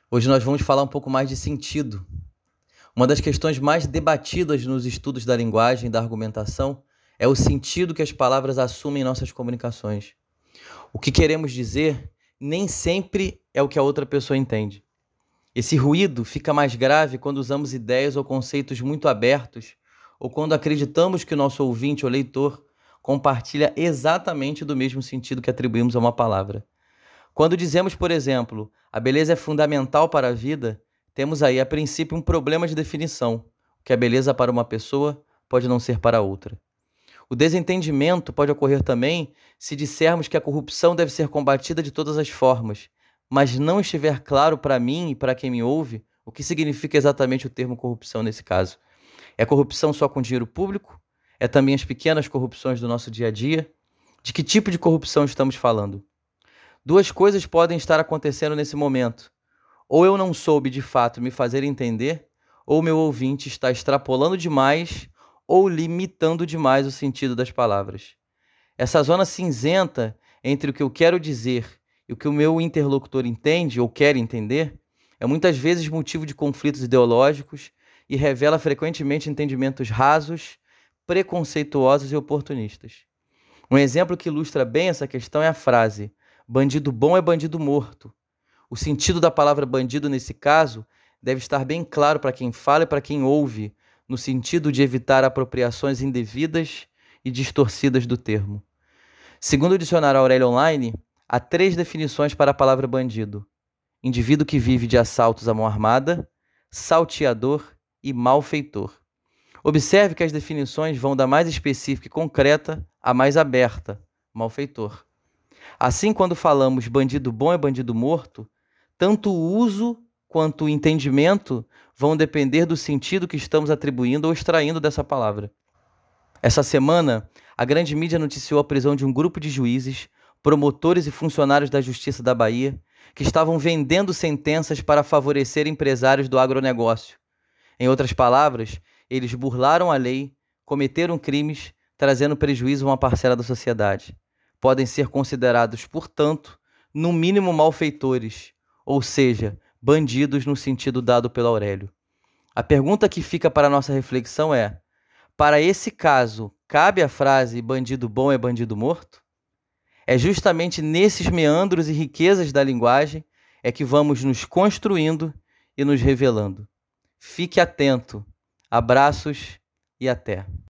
Hoje nós vamos falar um pouco mais de sentido. Uma das questões mais debatidas nos estudos da linguagem e da argumentação é o sentido que as palavras assumem em nossas comunicações. O que queremos dizer nem sempre é o que a outra pessoa entende. Esse ruído fica mais grave quando usamos ideias ou conceitos muito abertos ou quando acreditamos que o nosso ouvinte ou leitor compartilha exatamente do mesmo sentido que atribuímos a uma palavra. Quando dizemos, por exemplo, a beleza é fundamental para a vida, temos aí, a princípio, um problema de definição. O que é beleza para uma pessoa pode não ser para outra. O desentendimento pode ocorrer também se dissermos que a corrupção deve ser combatida de todas as formas, mas não estiver claro para mim e para quem me ouve o que significa exatamente o termo corrupção nesse caso. É corrupção só com dinheiro público? É também as pequenas corrupções do nosso dia a dia? De que tipo de corrupção estamos falando? Duas coisas podem estar acontecendo nesse momento. Ou eu não soube de fato me fazer entender, ou meu ouvinte está extrapolando demais ou limitando demais o sentido das palavras. Essa zona cinzenta entre o que eu quero dizer e o que o meu interlocutor entende ou quer entender é muitas vezes motivo de conflitos ideológicos e revela frequentemente entendimentos rasos, preconceituosos e oportunistas. Um exemplo que ilustra bem essa questão é a frase: bandido bom é bandido morto. O sentido da palavra bandido nesse caso deve estar bem claro para quem fala e para quem ouve, no sentido de evitar apropriações indevidas e distorcidas do termo. Segundo o dicionário Aurélio Online, há 3 definições para a palavra bandido: indivíduo que vive de assaltos à mão armada, salteador e malfeitor. Observe que as definições vão da mais específica e concreta à mais aberta, malfeitor. Assim, quando falamos bandido bom é bandido morto, tanto o uso quanto o entendimento vão depender do sentido que estamos atribuindo ou extraindo dessa palavra. Essa semana, a grande mídia noticiou a prisão de um grupo de juízes, promotores e funcionários da Justiça da Bahia que estavam vendendo sentenças para favorecer empresários do agronegócio. Em outras palavras, eles burlaram a lei, cometeram crimes, trazendo prejuízo a uma parcela da sociedade. Podem ser considerados, portanto, no mínimo malfeitores, ou seja, bandidos no sentido dado pelo Aurélio. A pergunta que fica para a nossa reflexão é: para esse caso, cabe a frase bandido bom é bandido morto? É justamente nesses meandros e riquezas da linguagem é que vamos nos construindo e nos revelando. Fique atento. Abraços e até.